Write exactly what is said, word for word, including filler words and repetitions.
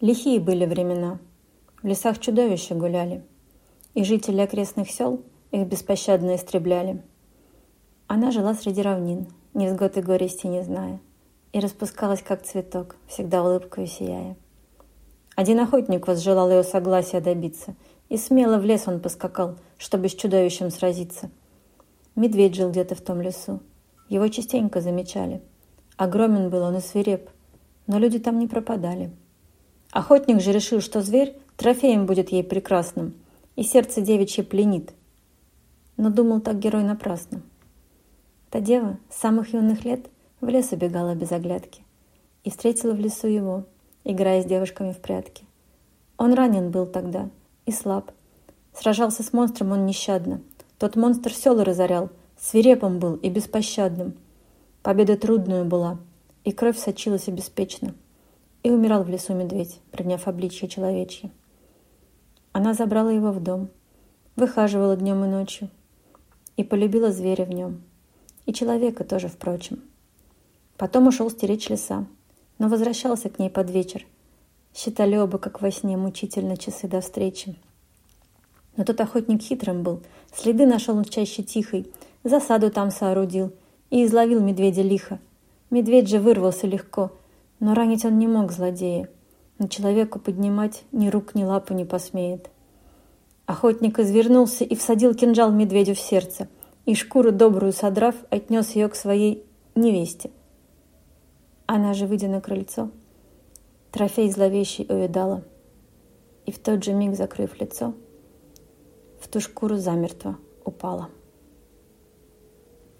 Лихие были времена. В лесах чудовища гуляли, и жители окрестных сел их беспощадно истребляли. Она жила среди равнин, невзгод и горести не зная, и распускалась, как цветок, всегда улыбкою сияя. Один охотник возжелал ее согласия добиться, и смело в лес он поскакал, чтобы с чудовищем сразиться. Медведь жил где-то в том лесу, его частенько замечали. Огромен был он и свиреп, но люди там не пропадали. Охотник же решил, что зверь трофеем будет ей прекрасным, и сердце девичье пленит. Но думал так герой напрасно. Та дева с самых юных лет в лес убегала без оглядки и встретила в лесу его, играя с девушками в прятки. Он ранен был тогда и слаб. Сражался с монстром он нещадно. Тот монстр села разорял, свирепым был и беспощадным. Победа трудную была, и кровь сочилась беспечно. И умирал в лесу медведь, приняв обличье человечье. Она забрала его в дом, выхаживала днем и ночью, и полюбила зверя в нем, и человека тоже, впрочем. Потом ушел стеречь леса, но возвращался к ней под вечер. Считали оба, как во сне, мучительно часы до встречи. Но тот охотник хитрым был, следы нашел он в чаще тихой, засаду там соорудил и изловил медведя лихо. Медведь же вырвался легко, но ранить он не мог злодея. Но человеку поднимать ни рук, ни лапу не посмеет. Охотник извернулся и всадил кинжал медведю в сердце, и шкуру добрую содрав, отнес ее к своей невесте. Она же, выйдя на крыльцо, трофей зловещий увидала, и в тот же миг, закрыв лицо, в ту шкуру замертво упала.